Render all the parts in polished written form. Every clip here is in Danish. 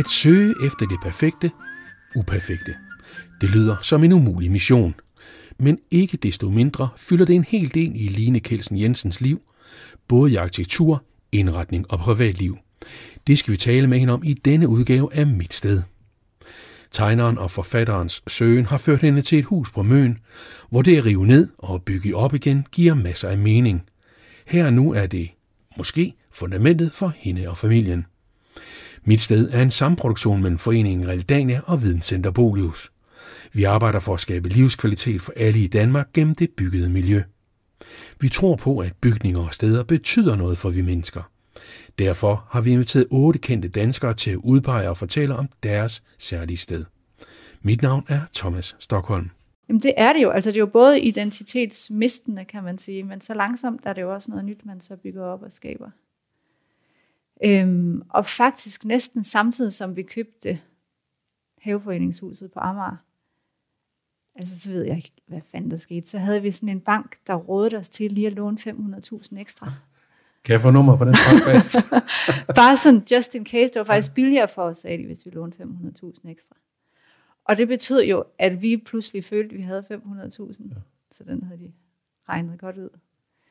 At søge efter det perfekte, uperfekte. Det lyder som en umulig mission. Men ikke desto mindre fylder det en hel del i Line Kelsen Jensens liv, både i arkitektur, indretning og privatliv. Det skal vi tale med hende om i denne udgave af Mit Sted. Tegneren og forfatterens søgen har ført hende til et hus på Møn, hvor det at rive ned og bygge op igen giver masser af mening. Her og nu er det, måske, fundamentet for hende og familien. Mit Sted er en samproduktion mellem foreningen Realdania og Videnscenter Bolius. Vi arbejder for at skabe livskvalitet for alle i Danmark gennem det byggede miljø. Vi tror på, at bygninger og steder betyder noget for vi mennesker. Derfor har vi inviteret 8 kendte danskere til at udpege og fortælle om deres særlige sted. Mit navn er Thomas Stockholm. Jamen det er det jo. Altså det er jo både identitetsmistende, kan man sige, men så langsomt er det jo også noget nyt, man så bygger op og skaber. Og faktisk næsten samtidig som vi købte Haveforeningshuset på Amager, altså så ved jeg ikke, hvad fanden der skete, så havde vi sådan en bank, der rådede os til lige at låne 500.000 ekstra. Kan jeg få nummer på den bank bagefter? Bare sådan just in case, det var faktisk billigere for os, sagde de, hvis vi lånte 500.000 ekstra. Og det betød jo, at vi pludselig følte, at vi havde 500.000. Ja. Så den havde de regnet godt ud.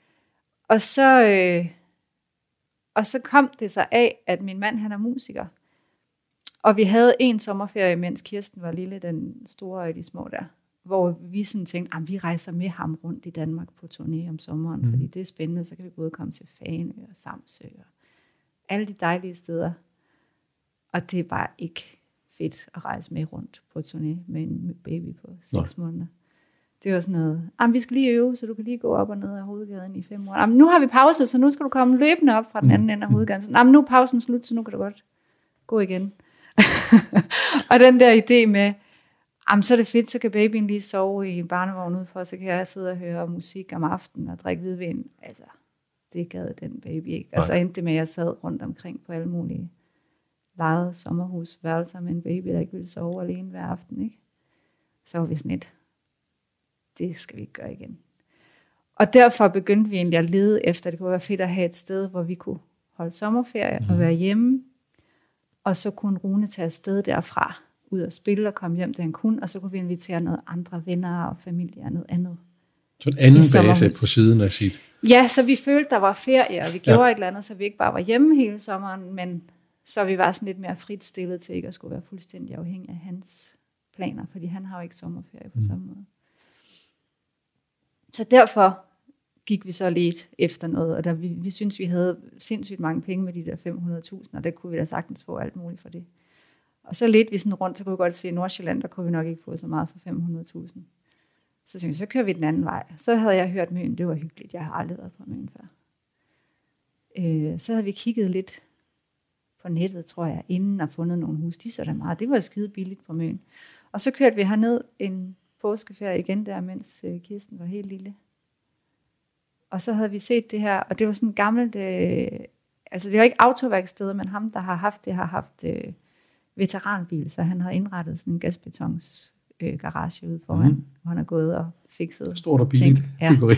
Og så kom det sig af, at min mand, han er musiker. Og vi havde en sommerferie, mens Kirsten var lille, den store af de små der. Hvor vi sådan tænkte, at vi rejser med ham rundt i Danmark på turné om sommeren, fordi det er spændende, så kan vi både komme til Fanø og Samsø og alle de dejlige steder. Og det er bare ikke fedt at rejse med rundt på turné med en baby på 6 måneder. Det var sådan noget, vi skal lige øve, så du kan lige gå op og ned af hovedgaden i 5 måneder. Nu har vi pause, så nu skal du komme løbende op fra den anden ende af hovedgaden. Så, nu er pausen slut, så nu kan du godt gå igen. Og den der idé med, så er det fedt, så kan babyen lige sove i barnevogn udenfor, så kan jeg sidde og høre musik om aftenen og drikke hvidvin. Altså, det gad den baby ikke. Og så endte det med, at jeg sad rundt omkring på alle mulige lejede sommerhusværelser med en baby, der ikke ville sove alene hver aften, ikke? Så var vi sådan et, det skal vi ikke gøre igen. Og derfor begyndte vi egentlig at lede efter, det kunne være fedt at have et sted, hvor vi kunne holde sommerferie og være hjemme, og så kunne Rune tage afsted derfra, ud og spille og komme hjem, da han kunne, og så kunne vi invitere nogle andre venner og familie og noget andet. Så en anden base på siden af sit. Ja, så vi følte, der var ferie, og vi gjorde et eller andet, så vi ikke bare var hjemme hele sommeren, men så vi var sådan lidt mere frit stillet til ikke at skulle være fuldstændig afhængig af hans planer, fordi han har jo ikke sommerferie på samme måde. Så derfor gik vi så lidt efter noget, og der vi synes, vi havde sindssygt mange penge med de der 500.000, og der kunne vi da sagtens få alt muligt for det. Og så ledte vi sådan rundt, så kunne vi godt se, i Nordsjælland, der kunne vi nok ikke få så meget for 500.000. Så tænkte vi, så kører vi den anden vej. Så havde jeg hørt Møn, det var hyggeligt, jeg har aldrig været på Møn før. Så havde vi kigget lidt på nettet, tror jeg, inden og fundet nogle hus. De så der meget, det var skide billigt på Møn. Og så kørte vi herned en påskeferie igen der, mens Kirsten var helt lille. Og så havde vi set det her, og det var sådan gammelt, altså det var ikke autoværksted, men ham, der har haft det, har haft veteranbil, så han havde indrettet sådan en gasbetons garage ude foran, hvor han har gået og fikset stort og billigt byggeri.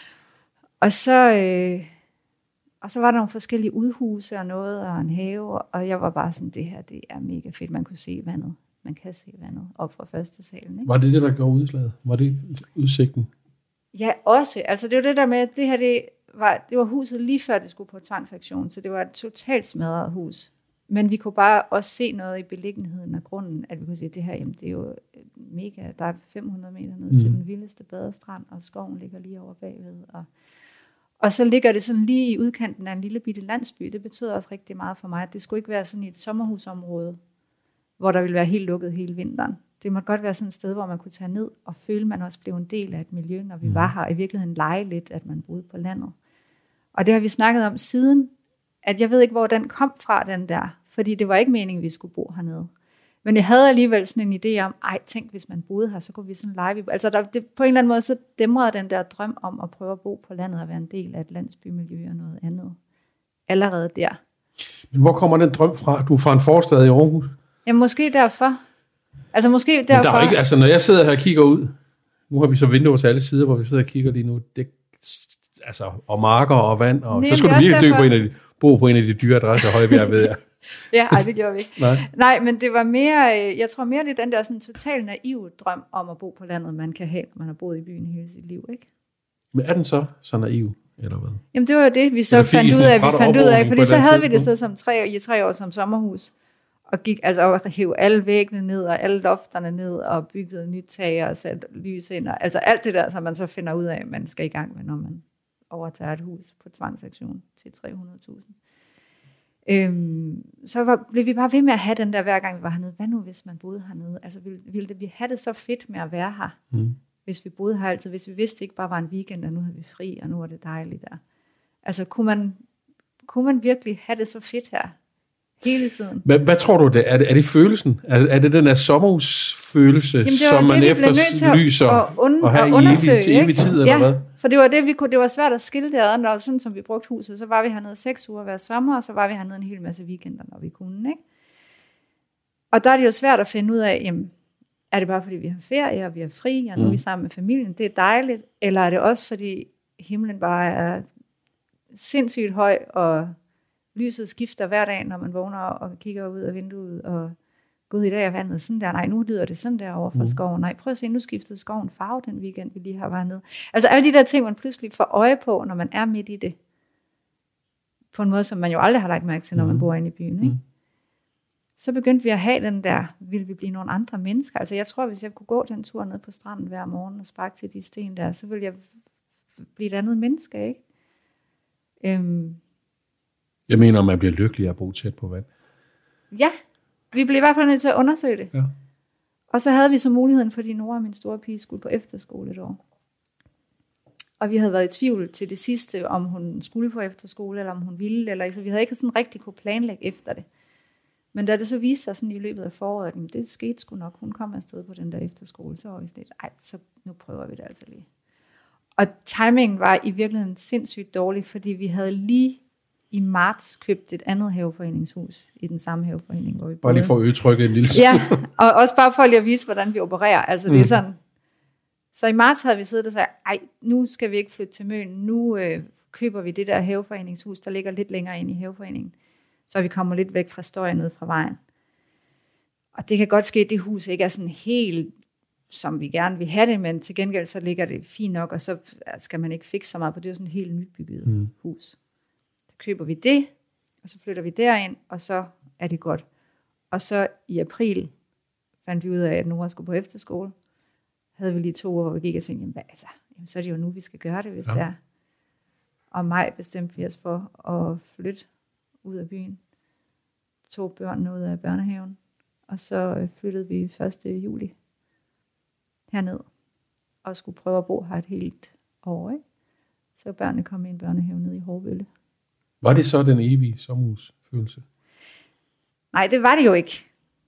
Og så var der nogle forskellige udhuse og noget, og en have, og jeg var bare sådan, det her, det er mega fedt, man kunne se vandet. Man kan se vandet op fra første salen. Ikke? Var det det, der gjorde udslaget? Var det udsigten? Ja, også. Altså det var det der med, at det her, det var huset lige før det skulle på tvangsaktion, så det var et totalt smadret hus. Men vi kunne bare også se noget i beliggenheden af grunden, at vi kunne sige, at det her, jamen, det er jo mega, der er 500 meter ned til den vildeste badestrand, og skoven ligger lige over bagved. Og så ligger det sådan lige i udkanten af en lille bitte landsby. Det betyder også rigtig meget for mig, at det skulle ikke være sådan et sommerhusområde, hvor der ville være helt lukket hele vinteren. Det måtte godt være sådan et sted, hvor man kunne tage ned og føle, at man også blev en del af et miljø, når vi var her. I virkeligheden lege lidt, at man boede på landet. Og det har vi snakket om siden, at jeg ved ikke, hvor den kom fra, den der. Fordi det var ikke meningen, vi skulle bo hernede. Men jeg havde alligevel sådan en idé om, tænk, hvis man boede her, så kunne vi sådan lege. Altså på en eller anden måde, så dæmrede den der drøm om at prøve at bo på landet og være en del af et landsbymiljø og noget andet. Allerede der. Men hvor kommer den drøm fra? Du er fra en forstad i Aarhus? Jamen måske derfor. Altså måske derfor. Men der er ikke, altså når jeg sidder her og kigger ud, nu har vi så vinduer til alle sider, hvor vi sidder og kigger lige nu, det, altså, og marker og vand, og så skulle du virkelig bo på en af de dyre adresser, Højbjerg, ved jeg. Ja, ej, det gjorde vi ikke. Nej. Nej, men det var mere, jeg tror mere, det er den der sådan total naive drøm om at bo på landet, man kan have, når man har boet i byen hele sit liv, ikke? Men er den så naiv, eller hvad? Jamen det var jo det, vi så fandt ud af, fordi så havde vi det så som 3 år som sommerhus, og gik altså og hævde alle væggene ned, og alle lofterne ned, og byggede nyt tag, og satte lys ind, og altså alt det der, som man så finder ud af, man skal i gang med, når man overtager et hus på tvangsaktion til 300.000. Så blev vi bare ved med at have den der, hver gang vi var hernede. Hvad nu, hvis man boede hernede? Altså, ville vi have det så fedt med at være her, hvis vi boede her altid? Hvis vi vidste ikke bare var en weekend, og nu havde vi fri, og nu var det dejligt der. Altså, kunne man virkelig have det så fedt her hele tiden? Hvad tror du det? Er det følelsen? Er det den der sommerhusfølelse, som man efterlyser og have i evig tid, eller hvad? For det var det var svært at skille det ad, når sådan som vi brugte huset, så var vi hernede 6 uger hver sommer, og så var vi hernede en hel masse weekender, når vi kunne, ikke? Og der er det jo svært at finde ud af, jamen, er det bare fordi vi har ferie, og vi har fri, og nu er vi sammen med familien, det er dejligt, eller er det også fordi himlen bare er sindssygt høj, og lyset skifter hver dag, når man vågner og kigger ud af vinduet, og gud, i dag er vandet sådan der, nej, nu lyder det sådan der over fra skoven, nej, prøv at se, nu skiftede skoven farve den weekend, vi lige har været nede. Altså alle de der ting, man pludselig får øje på, når man er midt i det, på en måde, som man jo aldrig har lagt mærke til, når man bor inde i byen, ikke? Så begyndte vi at have den der, ville vi blive nogle andre mennesker? Altså jeg tror, hvis jeg kunne gå den tur ned på stranden hver morgen og sparke til de sten der, så ville jeg blive et andet menneske, ikke? Jeg mener, man bliver lykkelig at bo tæt på vand. Ja, vi blev i hvert fald nødt til at undersøge det. Ja. Og så havde vi så muligheden, fordi Nora og min store pige skulle på efterskole et år. Og vi havde været i tvivl til det sidste, om hun skulle på efterskole, eller om hun ville, eller så vi havde ikke sådan rigtig kunne planlægge efter det. Men da det så viste sig sådan i løbet af foråret, at det skete sgu nok, hun kom afsted på den der efterskole, så var vi sådan lidt, så nu prøver vi det altså lige. Og timingen var i virkeligheden sindssygt dårlig, fordi vi havde lige i marts købt et andet haveforeningshus i den samme haveforening, hvor vi boede. Bare lige for at øge trykket en lille smule. Ja, og også bare for lige at vise, hvordan vi opererer. Altså det er sådan. Så i marts havde vi siddet og sagt, nu skal vi ikke flytte til Møn, nu køber vi det der haveforeningshus, der ligger lidt længere ind i haveforeningen, så vi kommer lidt væk fra støjen ud fra vejen. Og det kan godt ske, at det hus ikke er sådan helt, som vi gerne vil have det, men til gengæld så ligger det fint nok, og så skal man ikke fikse så meget på det. Det er jo sådan et helt nybygget hus. Så køber vi det, og så flytter vi derind, og så er det godt. Og så i april fandt vi ud af, at Nora skulle på efterskole. Havde vi lige 2 uger, hvor vi gik og tænkte, jamen, så er det jo nu, vi skal gøre det, hvis det er. Og maj bestemte vi os for at flytte ud af byen. 2 børn ud af børnehaven. Og så flyttede vi 1. juli herned. Og skulle prøve at bo her et helt år. Ikke? Så børnene kom i en børnehave ned i Hårbølle. Var det så den evige sommerhusfølelse? Nej, det var det jo ikke.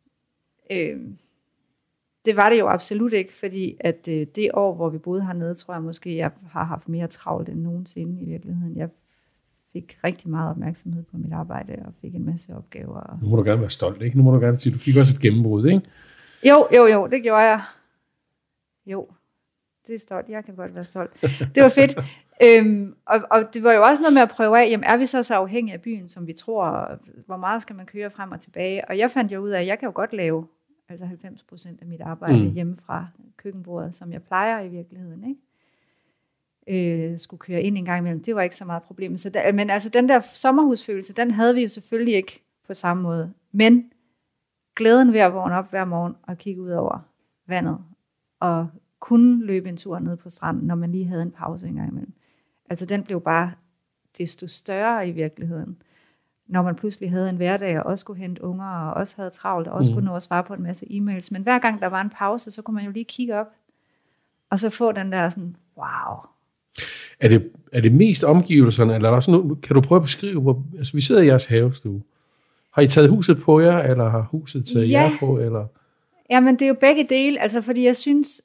Det var det jo absolut ikke, fordi at det år, hvor vi boede hernede, tror jeg måske, jeg har haft mere travlt end nogensinde i virkeligheden. Jeg fik rigtig meget opmærksomhed på mit arbejde, og fik en masse opgaver. Nu må du gerne være stolt, ikke? Nu må du gerne sige, du fik også et gennembrud, ikke? Jo, det gjorde jeg. Jo, det er stolt. Jeg kan godt være stolt. Det var fedt. Og det var jo også noget med at prøve af, jamen er vi så afhængige af byen, som vi tror, hvor meget skal man køre frem og tilbage? Og jeg fandt jo ud af, at jeg kan jo godt lave altså 90% af mit arbejde hjemme fra køkkenbordet, som jeg plejer i virkeligheden, ikke? Skulle køre ind en gang imellem, det var ikke så meget problem. Men altså den der sommerhusfølelse, den havde vi jo selvfølgelig ikke på samme måde. Men glæden ved at vågne op hver morgen og kigge ud over vandet, og kunne løbe en tur ned på stranden, når man lige havde en pause en gang imellem. Altså den blev bare desto større i virkeligheden, når man pludselig havde en hverdag, og også skulle hente unger, og også havde travlt, og også kunne nå at svare på en masse e-mails. Men hver gang der var en pause, så kunne man jo lige kigge op, og så få den der sådan, wow. Er det mest omgivelserne, eller er der også noget, kan du prøve at beskrive, hvor, altså vi sidder i jeres havestue. Har I taget huset på jer, eller har huset taget jer på, eller? Jamen det er jo begge dele, altså fordi jeg synes,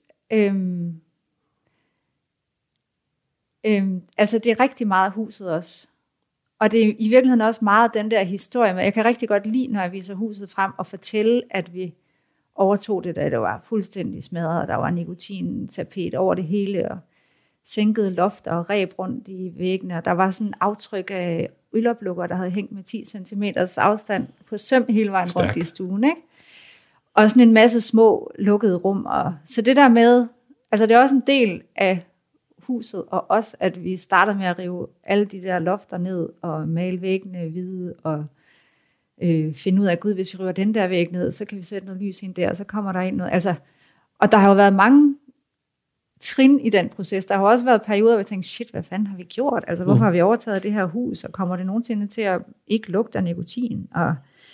altså det er rigtig meget huset også. Og det er i virkeligheden også meget den der historie, men jeg kan rigtig godt lide, når jeg viser huset frem, og fortælle, at vi overtog det, da det var fuldstændig smadret, og der var nikotintapet over det hele, og sænkede loft og reb rundt i væggene, og der var sådan aftryk af øloplukker, der havde hængt med 10 cm afstand på søm hele vejen Stærkt. rundt i stuen, ikke? Og sådan en masse små lukkede rum. Så det der med, altså det er også en del af huset, og også at vi startede med at rive alle de der lofter ned, og male væggene hvide, og finde ud af, gud, hvis vi river den der væg ned, så kan vi sætte noget lys ind der, og så kommer der ind noget. Altså, og der har jo været mange trin i den proces. Der har jo også været perioder, hvor jeg tænkte, shit, hvad fanden har vi gjort? Altså, hvorfor har vi overtaget det her hus, og kommer det nogensinde til at ikke lugte af nikotin? Og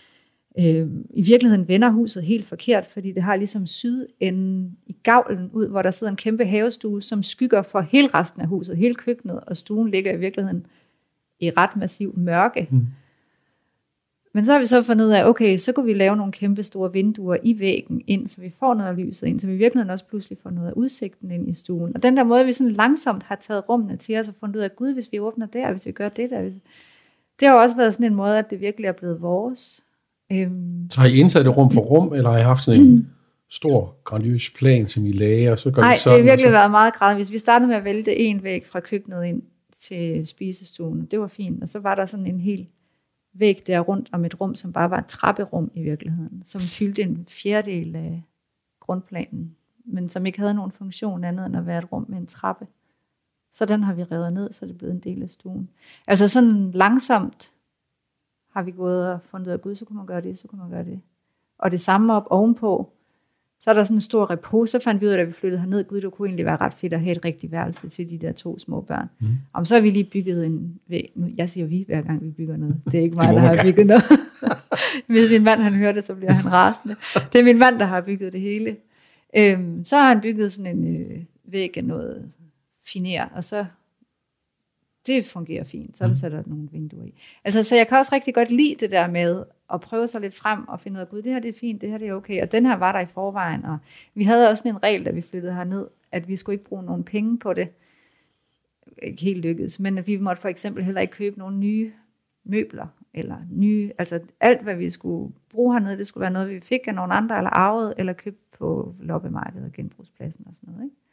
i virkeligheden vender huset helt forkert, fordi det har ligesom sydenden i gavlen ud, hvor der sidder en kæmpe havestue, som skygger for hele resten af huset, hele køkkenet, og stuen ligger i virkeligheden i ret massiv mørke. Men så har vi så fundet ud af, okay, så kunne vi lave nogle kæmpe store vinduer i væggen ind, så vi får noget af lyset ind, så vi i virkeligheden også pludselig får noget af udsigten ind i stuen. Og den der måde, vi sådan langsomt har taget rummene til os og fundet ud af, gud, hvis vi åbner der, hvis vi gør det der. Det har også været sådan en måde, at det virkelig er blevet vores. Så har I indsat det rum for rum, eller har I haft sådan en stor, grandiøs plan, som I lagde, og så gør Nej, I sådan? det har virkelig været meget gradvist. Vi startede med at vælte en væg fra køkkenet ind til spisestuen. Det var fint. Og så var der sådan en hel væg der rundt om et rum, som bare var et trapperum i virkeligheden, som fyldte en fjerdedel af grundplanen, men som ikke havde nogen funktion andet end at være et rum med en trappe. Så den har vi revet ned, så det er blevet en del af stuen. Altså sådan langsomt har vi gået og fundet ud af, gud, så kunne man gøre det, så kunne man gøre det. Og det samme op ovenpå, så er der sådan en stor repos, så fandt vi ud af, da vi flyttede herned, gud, det kunne egentlig være ret fedt at have et rigtigt værelse til de der 2 små børn. Og så har vi lige bygget en væg. Jeg siger vi, hver gang vi bygger noget. Det er ikke mig, der har bygget noget. Hvis min mand han hører det, så bliver han rasende. Det er min mand, der har bygget det hele. Så har han bygget sådan en væg af noget finer, og så det fungerer fint. Så er der sat nogle vinduer i. Altså, så jeg kan også rigtig godt lide det der med at prøve sig lidt frem og finde ud af, gud, det her det er fint, det her det er okay, og den her var der i forvejen, og vi havde også en regel, da vi flyttede herned, at vi skulle ikke bruge nogen penge på det. Ikke helt lykkedes, men at vi måtte for eksempel heller ikke købe nogle nye møbler, eller nye, altså alt, hvad vi skulle bruge hernede, det skulle være noget, vi fik af nogle andre, eller arvede, eller købt på loppemarkedet og genbrugspladsen og sådan noget, ikke?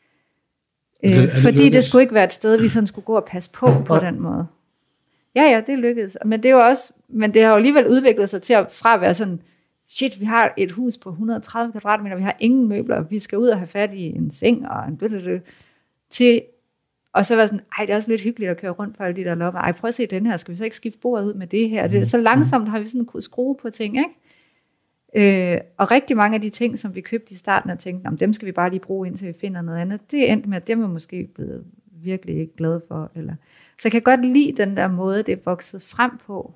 Fordi det skulle ikke være et sted, vi sådan skulle gå og passe på den måde. Ja, det lykkedes. Men det er jo også, men det har jo alligevel udviklet sig til at fra at være sådan, shit, vi har et hus på 130 kvadratmeter, vi har ingen møbler, vi skal ud og have fat i en seng og en til, og så var sådan, det er også lidt hyggeligt at køre rundt på alle de der lopper. Prøv at se den her, skal vi så ikke skifte bordet ud med det her? Så langsomt har vi sådan kunnet skrue på ting, ikke? Og rigtig mange af de ting, som vi købte i starten, og tænkte, dem skal vi bare lige bruge, indtil vi finder noget andet, det endte med, at dem er måske blevet virkelig ikke glade for. Eller. Så jeg kan godt lide den der måde, det er vokset frem på.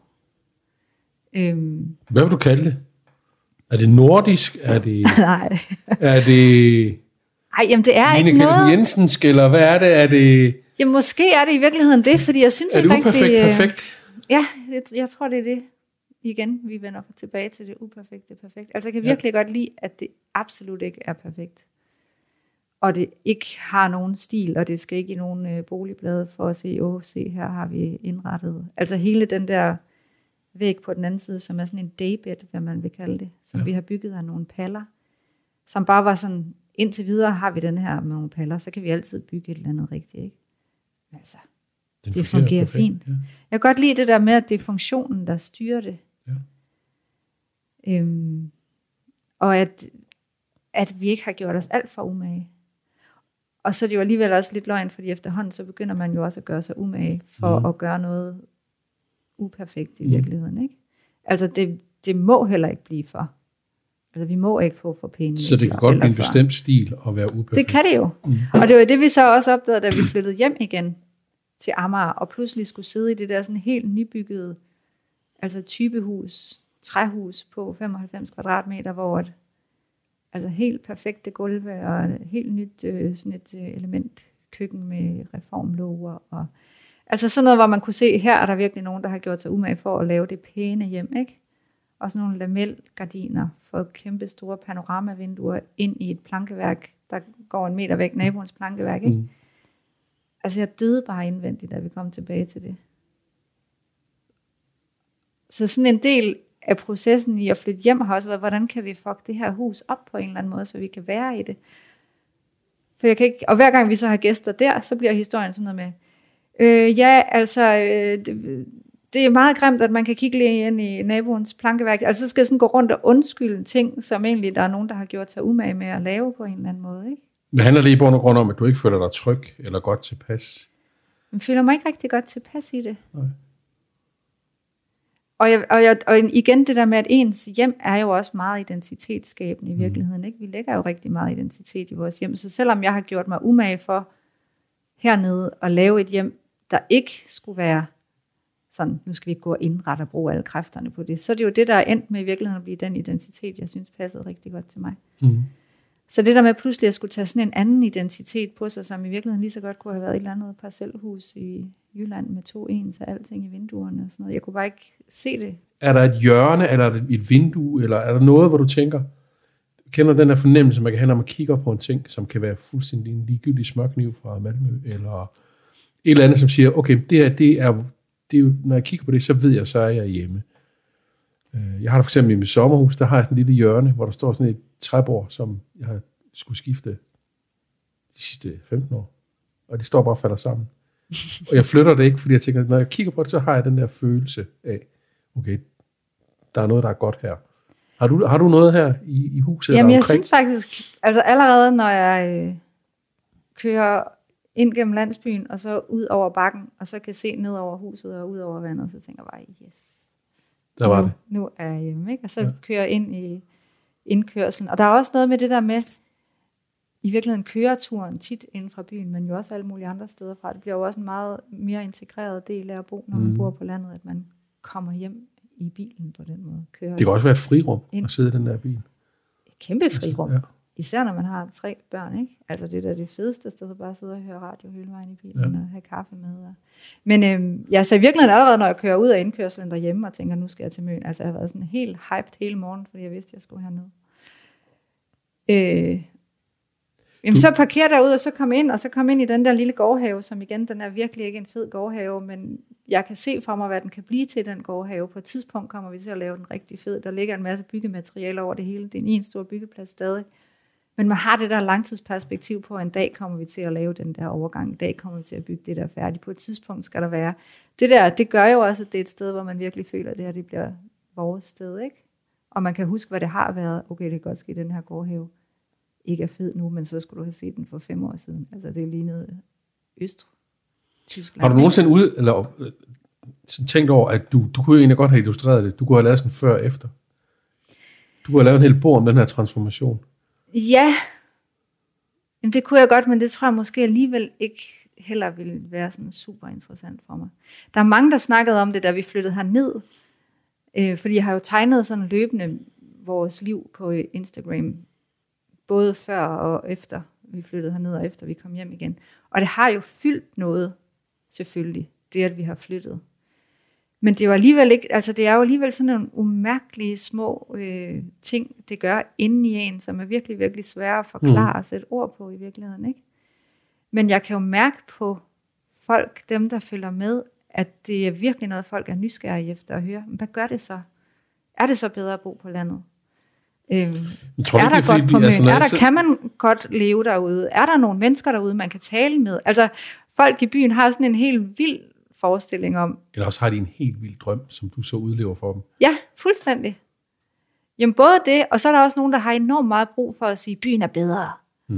Hvad vil du kalde det? Er det nordisk? Er det... Nej. Er det... Ej, jamen det er Line ikke noget... Kelsen Jensensk, eller hvad er det? Er det... Jamen måske er det i virkeligheden det, fordi jeg synes ikke rigtig... Er det perfekt? Ja, jeg tror det er det. Igen, vi vender tilbage til det uperfekte perfekt. Altså jeg kan virkelig godt lide, at det absolut ikke er perfekt. Og det ikke har nogen stil, og det skal ikke i nogen boligblade for at se, se her har vi indrettet. Altså hele den der væg på den anden side, som er sådan en daybed, hvad man vil kalde det, som vi har bygget af nogle paller, som bare var sådan, indtil videre har vi den her med nogle paller, så kan vi altid bygge et eller andet rigtigt, ikke? Altså, det fungerer fint. Ja. Jeg kan godt lide det der med, at det er funktionen, der styrer det. Ja. Og at vi ikke har gjort os alt for umage. Og så er det jo alligevel også lidt løgn, fordi efterhånden, så begynder man jo også at gøre sig umage, for at gøre noget uperfekt i virkeligheden, ikke? Altså, det må heller ikke blive for. Altså, vi må ikke få for pæne. Så det kan godt blive en bestemt stil at være uperfekt. Det kan det jo. Og det var det, vi så også opdagede, da vi flyttede hjem igen til Amager, og pludselig skulle sidde i det der sådan helt nybyggede, altså typehus, træhus på 95 kvadratmeter, hvor altså helt perfekte gulve, og helt nyt sådan et element køkken med reformloger, og altså sådan noget, hvor man kunne se, her er der virkelig nogen, der har gjort sig umage for at lave det pæne hjem, ikke? Og sådan nogle lamelgardiner for kæmpe store panoramavinduer ind i et plankeværk, der går 1 meter væk, naboens plankeværk, ikke? Altså jeg døde bare indvendigt, da vi kom tilbage til det. Så sådan en del af processen i at flytte hjem har også været, hvordan kan vi fuck det her hus op på en eller anden måde, så vi kan være i det. For jeg kan ikke, og hver gang vi så har gæster der, så bliver historien sådan noget med, det er meget grimt, at man kan kigge lige ind i naboens plankeværk. Altså så skal sådan gå rundt og undskylde ting, som egentlig der er nogen, der har gjort sig umage med at lave på en eller anden måde. Ikke? Det handler lige i bund og grund om, at du ikke føler dig tryg eller godt tilpas. Jeg føler mig ikke rigtig godt tilpas i det. Nej. Og igen det der med, at ens hjem er jo også meget identitetsskabende i virkeligheden. Ikke? Vi lægger jo rigtig meget identitet i vores hjem. Så selvom jeg har gjort mig umage for hernede at lave et hjem, der ikke skulle være sådan, nu skal vi gå og indrette og bruge alle kræfterne på det, så er det jo det, der er endt med i virkeligheden at blive den identitet, jeg synes passede rigtig godt til mig. Mm. Så det der med pludselig at skulle tage sådan en anden identitet på sig, som i virkeligheden lige så godt kunne have været et eller andet parcelhus i Jylland med 2 ens og alting i vinduerne og sådan noget. Jeg kunne bare ikke se det. Er der et hjørne, eller er der et vindue, eller er der noget, hvor du tænker, kender den her fornemmelse, man kan have, når man kigger på en ting, som kan være fuldstændig en ligegyldig smørkniv fra Malmø, eller et eller andet, som siger, okay, det er når jeg kigger på det, så ved jeg, så er jeg hjemme. Jeg har da for eksempel i mit sommerhus, der har jeg sådan en lille hjørne, hvor der står sådan et træbord, som jeg har skulle skifte de sidste 15 år. Og det står bare og falder sammen. Og jeg flytter det ikke, fordi jeg tænker, når jeg kigger på det, så har jeg den der følelse af, okay, der er noget, der er godt her. Har du noget her i huset? Jamen jeg synes faktisk, altså allerede når jeg kører ind gennem landsbyen, og så ud over bakken, og så kan se ned over huset og ud over vandet, så tænker jeg bare, yes. Der var det. Nu er jeg hjemme, ikke? Og så kører jeg ind i indkørslen. Og der er også noget med det der med, i virkeligheden køreturen tit inden fra byen, men jo også alle mulige andre steder fra. Det bliver jo også en meget mere integreret del af at bo, når man bor på landet, at man kommer hjem i bilen på den måde. Kører det kan også være et frirum at sidde i den der bil. Et kæmpe frirum. Ja. Især når man har 3 børn, ikke? Altså det er det fedeste sted, at bare sidde og høre radio hele vejen i bilen og have kaffe med. Men så i virkeligheden allerede, når jeg kører ud af indkørslen derhjemme og tænker, nu skal jeg til Møn. Altså jeg har været sådan helt hyped hele morgen, fordi jeg vidste, at jeg skulle herned. Jamen så parkerer derud, og så kom ind i den der lille gårdhave, som igen, den er virkelig ikke en fed gårdhave, men jeg kan se for mig, hvad den kan blive til, den gårdhave. På et tidspunkt kommer vi til at lave den rigtig fed. Der ligger en masse byggematerialer over det hele. Det er en stor byggeplads stadig. Men man har det der langtidsperspektiv på, at en dag kommer vi til at lave den der overgang. En dag kommer vi til at bygge det der færdigt. På et tidspunkt skal der være. Det gør jo også, at det er et sted, hvor man virkelig føler, at det her det bliver vores sted, ikke? Og man kan huske, hvad det har været. Okay, det kan godt ske, at den her gårdhave ikke er fed nu, men så skulle du have set den for 5 år siden. Altså det lignede Øst-Tyskland. Har du nogensinde tænkt over, at du kunne egentlig godt have illustreret det? Du kunne have lavet sådan før og efter. Du kunne have lavet en hel bog om den her transformation. Ja, jamen det kunne jeg godt, men det tror jeg måske alligevel ikke heller ville være sådan super interessant for mig. Der er mange, der snakkede om det, da vi flyttede herned, fordi jeg har jo tegnet sådan løbende vores liv på Instagram, både før og efter vi flyttede herned, og efter vi kom hjem igen. Og det har jo fyldt noget, selvfølgelig, det at vi har flyttet. Men det er jo alligevel ikke, altså det er jo alligevel sådan nogle umærkelige små ting, det gør inde i en, som er virkelig, virkelig svære at forklare og sætte ord på i virkeligheden, ikke? Men jeg kan jo mærke på folk, dem der følger med, at det er virkelig noget, folk er nysgerrige efter at høre. Men hvad gør det så? Er det så bedre at bo på landet? Kan man godt leve derude? Er der nogle mennesker derude, man kan tale med? Altså folk i byen har sådan en helt vild forestilling om. Eller også har de en helt vild drøm, som du så udlever for dem. Ja, fuldstændig. Jamen både det, og så er der også nogen, der har enormt meget brug for at sige, at byen er bedre.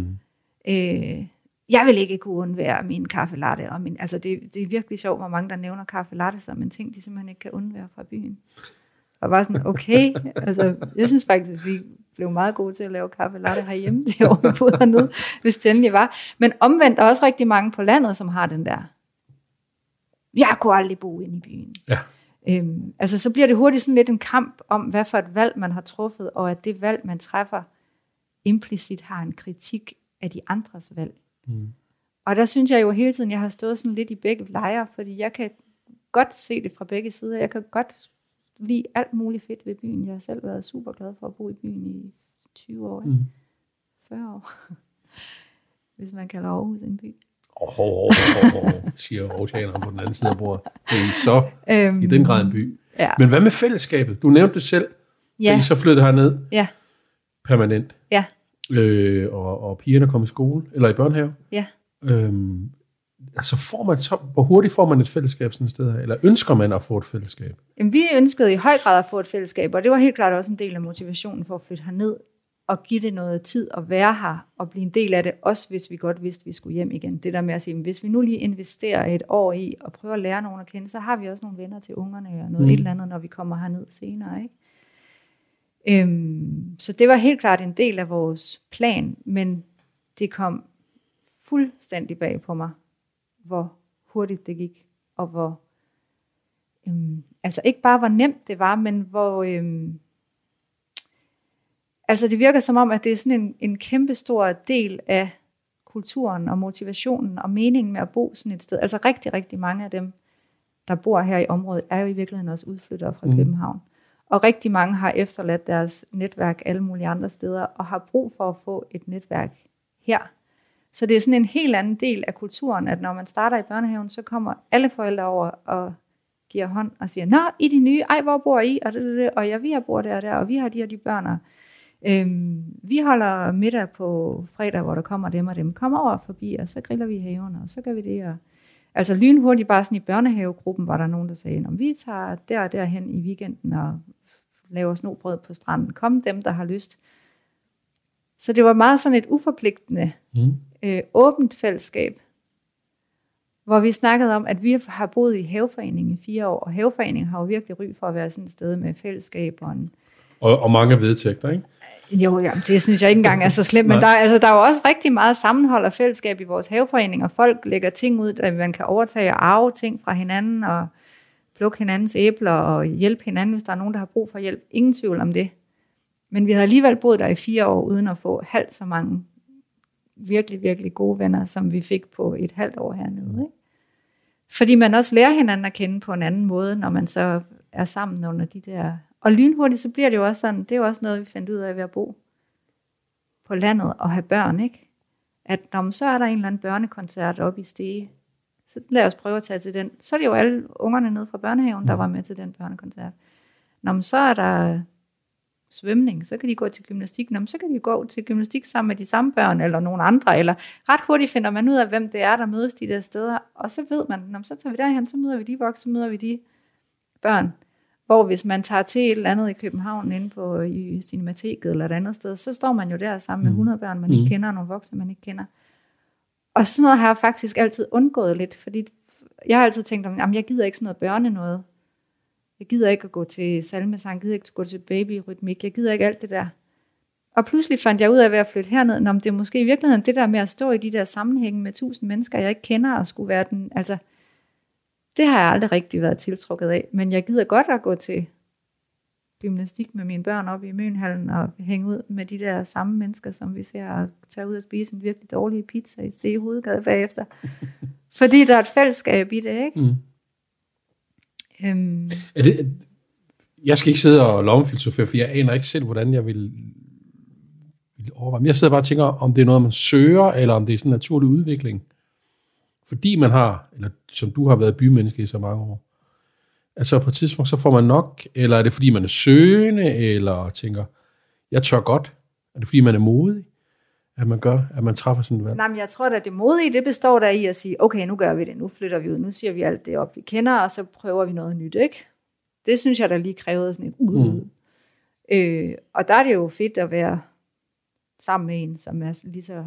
Jeg vil ikke kunne undvære min kaffe latte. Altså det er virkelig sjovt, hvor mange der nævner kaffe latte som en ting, de simpelthen ikke kan undvære fra byen. Og bare sådan, okay, altså jeg synes faktisk, vi blev meget gode til at lave kaffe latte herhjemme, det år vi boede hernede, hvis det endelig var. Men omvendt er også rigtig mange på landet, som har den der, jeg kunne aldrig bo inde i byen. Ja. Altså så bliver det hurtigt sådan lidt en kamp om, hvad for et valg man har truffet, og at det valg, man træffer, implicit har en kritik af de andres valg. Og der synes jeg jo hele tiden, jeg har stået sådan lidt i begge lejre, fordi jeg kan godt se det fra begge sider. Jeg kan godt lide alt muligt fedt ved byen. Jeg har selv været super glad for at bo i byen i 20 år. 40 år. Hvis man kalder Aarhus en by. Siger aarhusianeren på den anden side af bordet. Det er så i den grad en by. Ja. Men hvad med fællesskabet? Du nævnte det selv, da I så flyttede herned permanent. Ja. Og pigerne kom i skole, eller i børnehave. Ja. altså hvor hurtigt får man et fællesskab sådan et sted her? Eller ønsker man at få et fællesskab? Jamen, vi ønskede i høj grad at få et fællesskab, og det var helt klart også en del af motivationen for at flytte herned, og give det noget tid at være her, og blive en del af det, også hvis vi godt vidste, at vi skulle hjem igen. Det der med at sige, hvis vi nu lige investerer et år i, og prøver at lære nogen at kende, så har vi også nogle venner til ungerne, og noget et eller andet, når vi kommer herned senere, ikke? Så det var helt klart en del af vores plan, men det kom fuldstændig bag på mig, hvor hurtigt det gik, og hvor, altså ikke bare hvor nemt det var, men hvor, altså det virker som om, at det er sådan en kæmpe stor del af kulturen og motivationen og meningen med at bo sådan et sted. Altså rigtig, rigtig mange af dem, der bor her i området, er jo i virkeligheden også udflyttere fra København. Og rigtig mange har efterladt deres netværk alle mulige andre steder, og har brug for at få et netværk her. Så det er sådan en helt anden del af kulturen, at når man starter i børnehaven, så kommer alle forældre over og giver hånd og siger, nå, I de nye, ej, hvor bor I? Og ja, vi har bor der og der, og vi har de og de børn. Vi holder middag på fredag, hvor der kommer dem og dem. Kom over forbi, og så griller vi i haven, og så gør vi det. Og altså lynhurtigt, bare sådan i børnehavegruppen, var der nogen, der sagde, om vi tager der og derhen i weekenden og laver snobrød på stranden. Kom dem, der har lyst. Så det var meget sådan et uforpligtende, åbent fællesskab, hvor vi snakkede om, at vi har boet i haveforeningen i 4 år, og haveforeningen har jo virkelig ry for at være sådan et sted med fællesskab og mange vedtægter, ikke? Jo, det synes jeg ikke engang er så slemt, men der er jo også rigtig meget sammenhold og fællesskab i vores haveforening, og folk lægger ting ud, at man kan overtage og arve ting fra hinanden, og plukke hinandens æbler, og hjælpe hinanden, hvis der er nogen, der har brug for hjælp. Ingen tvivl om det. Men vi havde alligevel boet der i 4 år, uden at få halvt så mange virkelig, virkelig gode venner, som vi fik på et halvt år hernede. Ikke? Fordi man også lærer hinanden at kende på en anden måde, når man så er sammen under de der. Og lynhurtigt, så bliver det jo også sådan, det er jo også noget, vi fandt ud af ved at bo på landet og have børn, ikke? At så er der en eller anden børnekoncert oppe i Stege, så lad os prøve at tage til den. Så er det jo alle ungerne nede fra børnehaven, der var med til den børnekoncert. Så er der svømning, så kan de gå til gymnastik, så kan de gå til gymnastik sammen med de samme børn, eller nogle andre, eller ret hurtigt finder man ud af, hvem det er, der mødes de der steder, og så ved man, så tager vi derhen, så møder vi de voksne, så møder vi de børn. Hvor hvis man tager til et eller andet i København, inde i Cinemateket eller et andet sted, så står man jo der sammen med 100 børn, man ikke kender, og nogle voksne, man ikke kender. Og sådan noget har jeg faktisk altid undgået lidt, fordi jeg har altid tænkt, jeg gider ikke sådan noget børne noget. Jeg gider ikke at gå til salmesang, jeg gider ikke at gå til babyrytmik, jeg gider ikke alt det der. Og pludselig fandt jeg ud af ved at flytte herned, om det er måske i virkeligheden det der med at stå i de der sammenhænge med 1000 mennesker, jeg ikke kender, og skulle være den, altså det har jeg aldrig rigtig været tiltrukket af, men jeg gider godt at gå til gymnastik med mine børn oppe i Mønhallen og hænge ud med de der samme mennesker, som vi ser, og tage ud og spise en virkelig dårlig pizza i Stege Hovedgade bagefter. Fordi der er et fællesskab i det, ikke? Jeg skal ikke sidde og lommefilosofere, for jeg aner ikke selv, hvordan jeg vil overveje. Men jeg sidder bare og tænker, om det er noget, man søger, eller om det er sådan en naturlig udvikling. Fordi man har, eller som du har været bymenneske i så mange år. Altså på et tidspunkt, så får man nok, eller er det fordi, man er søgende, eller tænker, jeg tør godt? Er det fordi, man er modig, at man træffer sådan et valg? Nej, men jeg tror, at det modige, det består der i at sige, okay, nu gør vi det, nu flytter vi ud, nu siger vi alt det op, vi kender, og så prøver vi noget nyt, ikke? Det synes jeg, der lige krævede sådan et ud. Og der er det jo fedt at være sammen med en, som er lige så...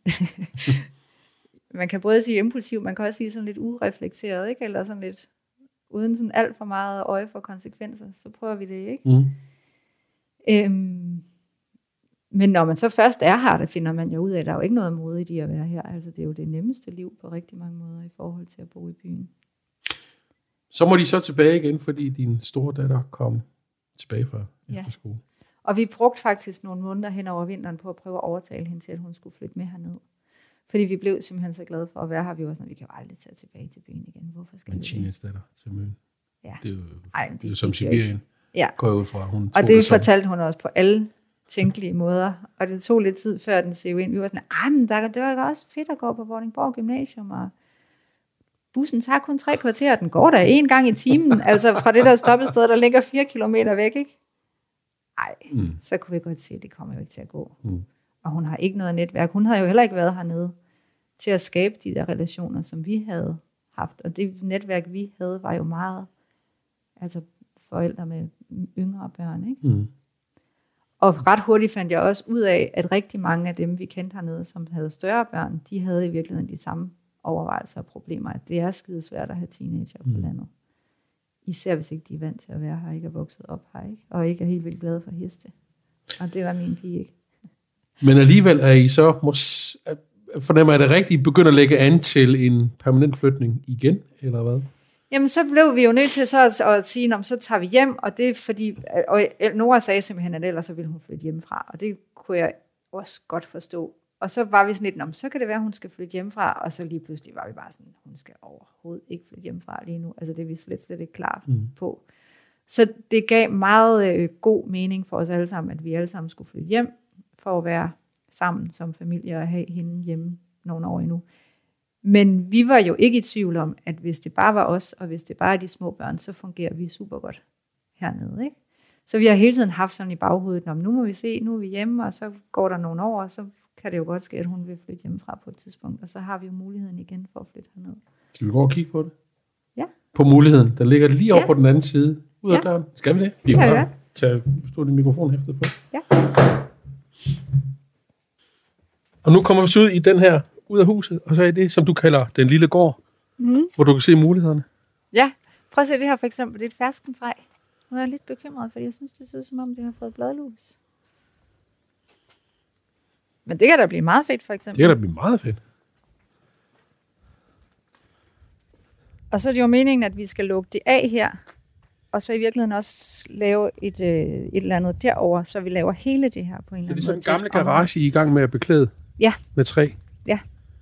man kan både sige impulsiv, man kan også sige sådan lidt ureflekteret, ikke? Eller sådan lidt uden sådan alt for meget øje for konsekvenser, så prøver vi det, ikke? Men når man så først er her, det finder man jo ud af, at der er jo ikke noget modigt i at være her. Altså det er jo det nemmeste liv på rigtig mange måder i forhold til at bo i byen. Så må de så tilbage igen, fordi din store datter kom tilbage fra efterskole. Og vi brugte faktisk nogle måneder hen over vinteren på at prøve at overtale hende til, at hun skulle flytte med herned. Fordi vi blev simpelthen så glade for at være her. Vi var sådan, vi kan jo aldrig tage tilbage til byen igen. Hvorfor skal vi det? Men datter til Møn. Ja. Det er jo som Sibirien. Ja. Går ud fra, hun og det fortalte hun også på alle tænkelige måder. Og det tog lidt tid før den sev ind. Vi var sådan, men det var også fedt at gå på Vordingborg Gymnasium, og bussen tager kun 3 kvarter, den går der 1 gang i timen, altså fra det der stoppested, der ligger 4 kilometer væk, ikke? Så kunne vi godt se, at det kommer jo ikke til at gå. Og hun har ikke noget netværk. Hun havde jo heller ikke været hernede. til at skabe de der relationer, som vi havde haft. Og det netværk, vi havde, var jo meget altså forældre med yngre børn. Ikke? Mm. Og ret hurtigt fandt jeg også ud af, at rigtig mange af dem, vi kendte hernede, som havde større børn, de havde i virkeligheden de samme overvejelser og problemer. At det er skidesvært at have teenager på landet. Især hvis ikke de er vant til at være her, ikke er vokset op her, ikke? Og ikke er helt vildt glade for heste. Og det var min pige ikke. Men alligevel er I så, fornemmer jeg det rigtigt, I begynder at lægge an til en permanent flytning igen, eller hvad? Jamen, så blev vi jo nødt til så at sige, så tager vi hjem, og det er fordi, og Nora sagde simpelthen, at ellers så ville hun flytte hjemmefra, og det kunne jeg også godt forstå. Og så var vi sådan lidt, så kan det være, at hun skal flytte hjemmefra, og så lige pludselig var vi bare sådan, hun skal overhovedet ikke flytte hjemmefra lige nu. Altså det er vi slet ikke klar på. Så det gav meget god mening for os alle sammen, at vi alle sammen skulle flytte hjem, for at være sammen som familie og have hende hjemme nogle år endnu. Men vi var jo ikke i tvivl om, at hvis det bare var os, og hvis det bare er de små børn, så fungerer vi super godt hernede, ikke? Så vi har hele tiden haft sådan i baghovedet, nu må vi se, nu er vi hjemme, og så går der nogle år, og så kan det jo godt ske, at hun vil flytte hjemmefra på et tidspunkt, og så har vi jo muligheden igen for at flytte herned. Skal vi gå og kigge på det? Ja. På muligheden, der ligger lige over på den anden side, ud af døren. Skal vi det? Vi kan bare tage din mikrofon hæftet på. Ja. Og nu kommer vi så ud i den her, ud af huset, og så er det, som du kalder den lille gård, hvor du kan se mulighederne. Ja, prøv at se det her for eksempel, det er et ferskentræ. Nu er jeg lidt bekymret, fordi jeg synes, det ser ud som om, det har fået bladlus. Men det kan da blive meget fedt, for eksempel. Det kan da blive meget fedt. Og så er det jo meningen, at vi skal lukke det af her, og så i virkeligheden også lave et eller andet derover, så vi laver hele det her på en eller anden måde. Så det er sådan en gamle garage, I er i gang med at beklæde? Ja. Med træ? Ja.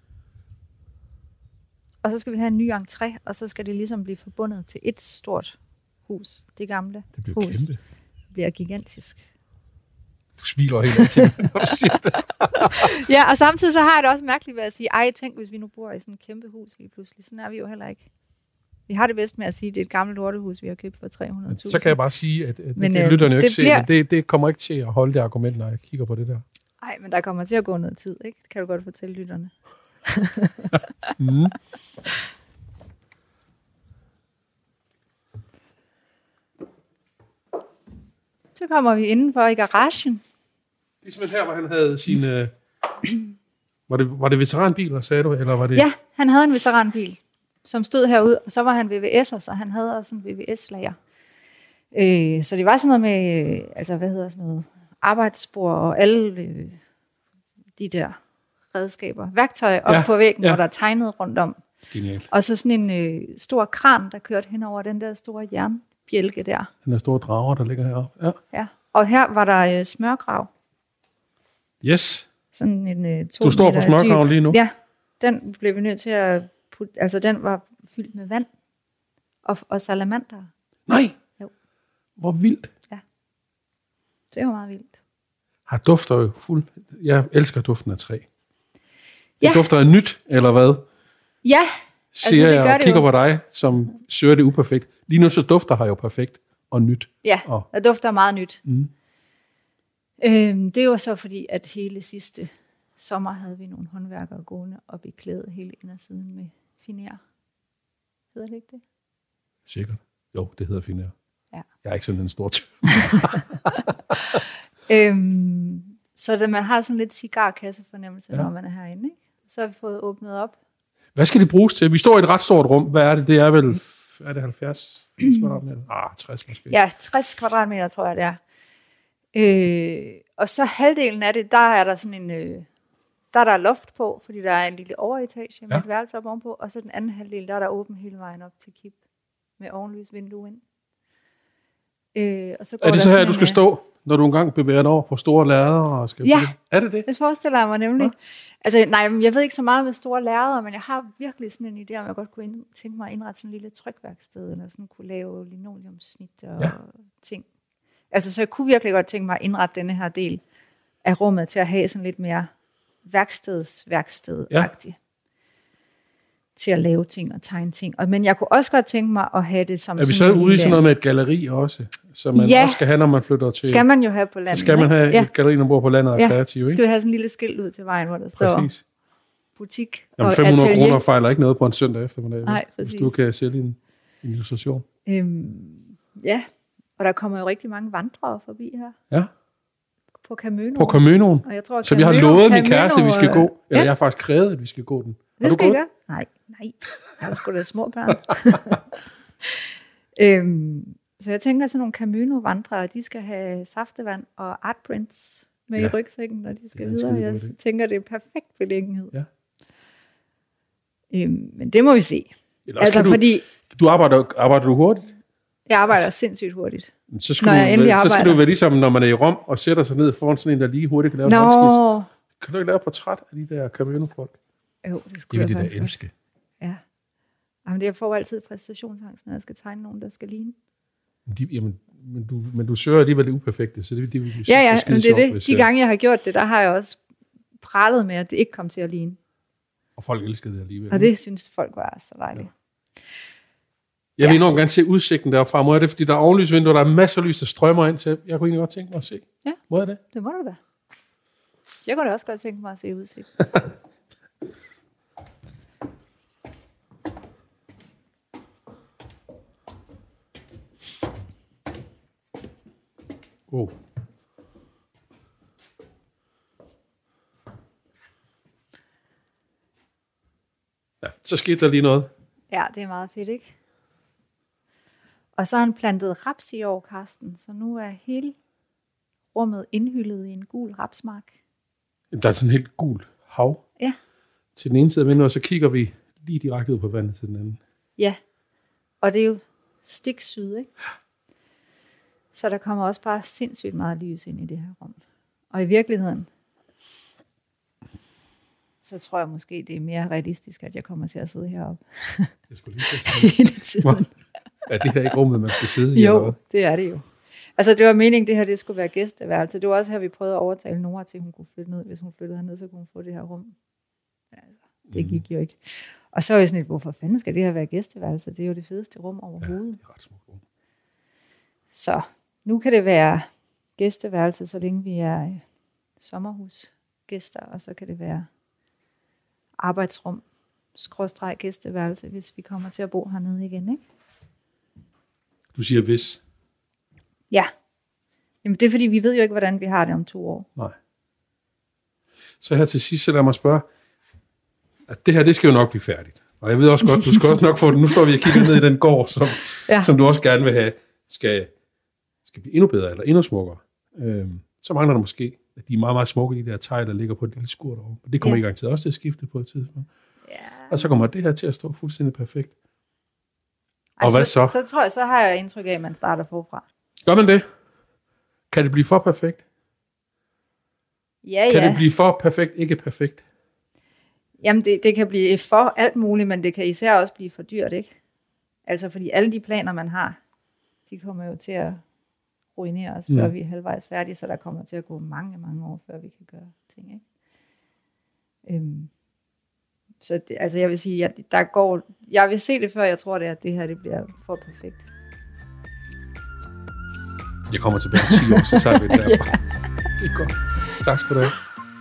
Og så skal vi have en ny entré, og så skal det ligesom blive forbundet til et stort hus. Det gamle det bliver hus. Kæmpe. Det bliver gigantisk. Du smiler helt til, når du siger det. Ja, og samtidig så har jeg det også mærkeligt ved at sige, tænk hvis vi nu bor i sådan et kæmpe hus lige pludselig. Sådan er vi jo heller ikke. Vi har det bedst med at sige, at det er et gammelt lortehus, vi har købt for 300.000. Så kan jeg bare sige, at det kan lytterne jo ikke se, men det kommer ikke til at holde det argument, når jeg kigger på det der. Nej, men der kommer til at gå noget tid, ikke? Det kan du godt fortælle lytterne. Så kommer vi indenfor i garagen. Det er simpelthen her, hvor han havde sine... Var det veteranbiler, sagde du? Eller var det... Ja, han havde en veteranbil, som stod herude, og så var han VVS'er, så han havde også en VVS-lager. Så det var sådan noget med, arbejdsspor og alle de der redskaber. Værktøj op på væggen, hvor der er tegnet rundt om. Genial. Og så sådan en stor kran, der kørte hen over den der store jernbjælke der. Den der store drager, der ligger heroppe. Ja. Og her var der smørgrav. Yes. Sådan en 2 Du står på smørgraven lige nu? Ja, den blev vi nødt til at putte, altså den var fyldt med vand og salamander. Nej! Jo. Hvor vildt. Ja, det var meget vildt. Har dufter jo fuld. Jeg elsker duften af træ. Det dufter af nyt, eller hvad? Ja, siger altså, jeg og kigger på dig, som søger det uperfekt. Lige nu så dufter her jo perfekt og nyt. Ja, der dufter meget nyt. Det var så fordi, at hele sidste sommer havde vi nogle håndværkere gående og beklædet hele indersiden med finer. Hedder det ikke det? Sikkert. Jo, det hedder finer. Ja. Jeg er ikke sådan en stor så da man har sådan lidt cigarkassefornemmelse, når man er herinde, ikke? Så har vi fået åbnet op. Hvad skal det bruges til? Vi står i et ret stort rum. Hvad er det? Det er vel, er det 70 kvadratmeter? 60 måske. Ja, 60 kvadratmeter, tror jeg, det er. Og så halvdelen af det, der er der sådan en... Der er der loft på, fordi der er en lille overetage med et værelse op ovenpå, og så den anden halvdel, der er der åben hele vejen op til kip med ovenlys vindue ind. Og så går er det så her, du skal stå, når du engang bevæger dig over på store lærreder? Og skal er det det? Det forestiller jeg mig nemlig. Ja. Altså, nej, jeg ved ikke så meget med store lærreder, men jeg har virkelig sådan en idé, om jeg godt kunne tænke mig at indrette sådan en lille trykværksted, eller sådan kunne lave linoleumssnit og ting. Altså, så jeg kunne virkelig godt tænke mig at indrette denne her del af rummet til at have sådan lidt mere værksted-agtigt. Til at lave ting og tegne ting. Men jeg kunne også godt tænke mig at have det som... Er vi så ude i sådan noget med et galleri også? Som man også skal have, når man flytter til... skal man jo have på landet. Så skal man have et galleri, når man bor på landet og kreativ, ikke? Skal vi have sådan en lille skilt ud til vejen, hvor der står... Præcis. butik. Jamen 500 kroner fejler ikke noget på en søndag eftermiddag. Nej, præcis. Hvis du kan sælge en illustration. Ja, og der kommer jo rigtig mange vandrere forbi her. Ja. På Caminoen. På Caminoen. Og jeg tror, så vi har lovet min kæreste, at vi skal gå. Eller jeg har faktisk krævet, at vi skal gå den. Har det du skal gået? jeg gøre. Nej. Jeg har sgu da små børn. Så jeg tænker, at sådan nogle Camino-vandrere, de skal have saftevand og artprints med i rygsækken, når de skal videre. Jeg tænker, det er perfekt beliggenhed. Ja. Men det må vi se. Altså, fordi du arbejder du hurtigt? Jeg arbejder sindssygt hurtigt. Så skal du være ligesom, når man er i Rom og sætter sig ned foran sådan en, der lige hurtigt kan lave en håndskits. Kan du ikke lave et portræt af de der Camino-folk? Jo, det skulle jeg faktisk. Det vil de da elske. Ja. Jamen, jeg får altid præstationsangst, når jeg skal tegne nogen, der skal ligne. Men du søger alligevel det uperfekte, så det vil blive men det er det. De gange, jeg har gjort det, der har jeg også pralet med, at det ikke kom til at ligne. Og folk elskede det alligevel. Og det synes folk var så dejligt. Ja. Jeg vil enormt gerne se udsigten derfra. Må jeg det? Fordi der er ovenlysvinduer, der er masser af lys, der strømmer ind til. Jeg kunne egentlig godt tænke mig at se. Ja. Må jeg det? Det må du da. Jeg kunne da også godt tænke mig at se udsigt. Ja, så skete der lige noget. Ja, det er meget fedt, ikke? Og så har han plantet raps i år, Karsten, så nu er hele rummet indhyllet i en gul rapsmark. Der er sådan en helt gul hav. Ja. Til den ene side af vinduet, og så kigger vi lige direkte ud på vandet til den anden. Ja, og det er jo stik syd, ikke? Så der kommer også bare sindssygt meget lys ind i det her rum. Og i virkeligheden, så tror jeg måske, det er mere realistisk, at jeg kommer til at sidde heroppe. Jeg skulle lige sige. Hele tiden. Er det her ikke rummet, man skal sidde i? Jo, det er det jo. Altså, det var meningen, det her det skulle være gæsteværelse. Det var også her, vi prøvede at overtale Nora til, at hun kunne flytte ned. Hvis hun flyttede herned, så kunne hun få det her rum. Altså, det gik jo ikke. Og så var jeg sådan lidt, hvorfor fanden skal det her være gæsteværelse? Det er jo det fedeste rum overhovedet. Ja, det er ret smukt rum. Så nu kan det være gæsteværelse, så længe vi er sommerhusgæster, og så kan det være arbejdsrum, / gæsteværelse, hvis vi kommer til at bo hernede igen, ikke? Du siger hvis? Ja. Jamen det er fordi, vi ved jo ikke, hvordan vi har det om 2 år. Nej. Så her til sidst, så lad mig spørge, altså det her, det skal jo nok blive færdigt. Og jeg ved også godt, du skal også nok få det. Nu står vi og kigger ned i den gård, som du også gerne vil have, skal blive endnu bedre, eller endnu smukkere. Så mangler der måske, at de er meget, meget smukke, de der tegl, der ligger på et lille skur derovre. Og det kommer ikke engang til også til at skifte på et tidspunkt. Ja. Og så kommer det her til at stå fuldstændig perfekt. Og hvad så? Så tror jeg, så har jeg indtryk af, at man starter forfra. Gør man det? Kan det blive for perfekt? Ja. Kan det blive for perfekt, ikke perfekt? Jamen, det kan blive for alt muligt, men det kan især også blive for dyrt, ikke? Altså, fordi alle de planer, man har, de kommer jo til at ruinere os, før vi er halvvejs færdige, så der kommer til at gå mange, mange år, før vi kan gøre ting, ikke? Så det, altså jeg vil sige, jeg vil se det før, jeg tror det, at det her det bliver for perfekt. Jeg kommer tilbage 10 år, så tager vi det der. Ja. Det er godt. Tak skal du have.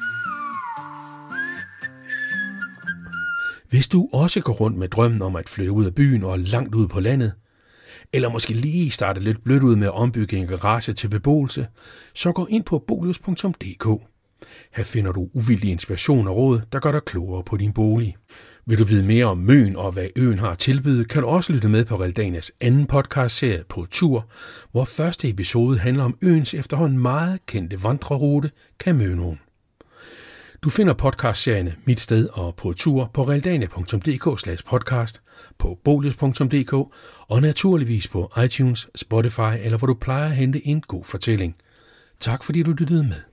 Hvis du også går rundt med drømmen om at flytte ud af byen og langt ud på landet, eller måske lige starte lidt blødt ud med at ombygge en garage til beboelse, så gå ind på bolius.dk. Her finder du uvildig inspiration og råd, der gør dig klogere på din bolig. Vil du vide mere om Møn og hvad øen har at tilbyde, kan du også lytte med på Realdanias anden podcastserie På Tur, hvor første episode handler om øens efterhånden meget kendte vandrerute Caminoen. Du finder podcastserierne Mit Sted og På Tur på realdania.dk/podcast, på bolius.dk og naturligvis på iTunes, Spotify eller hvor du plejer at hente en god fortælling. Tak fordi du lyttede med.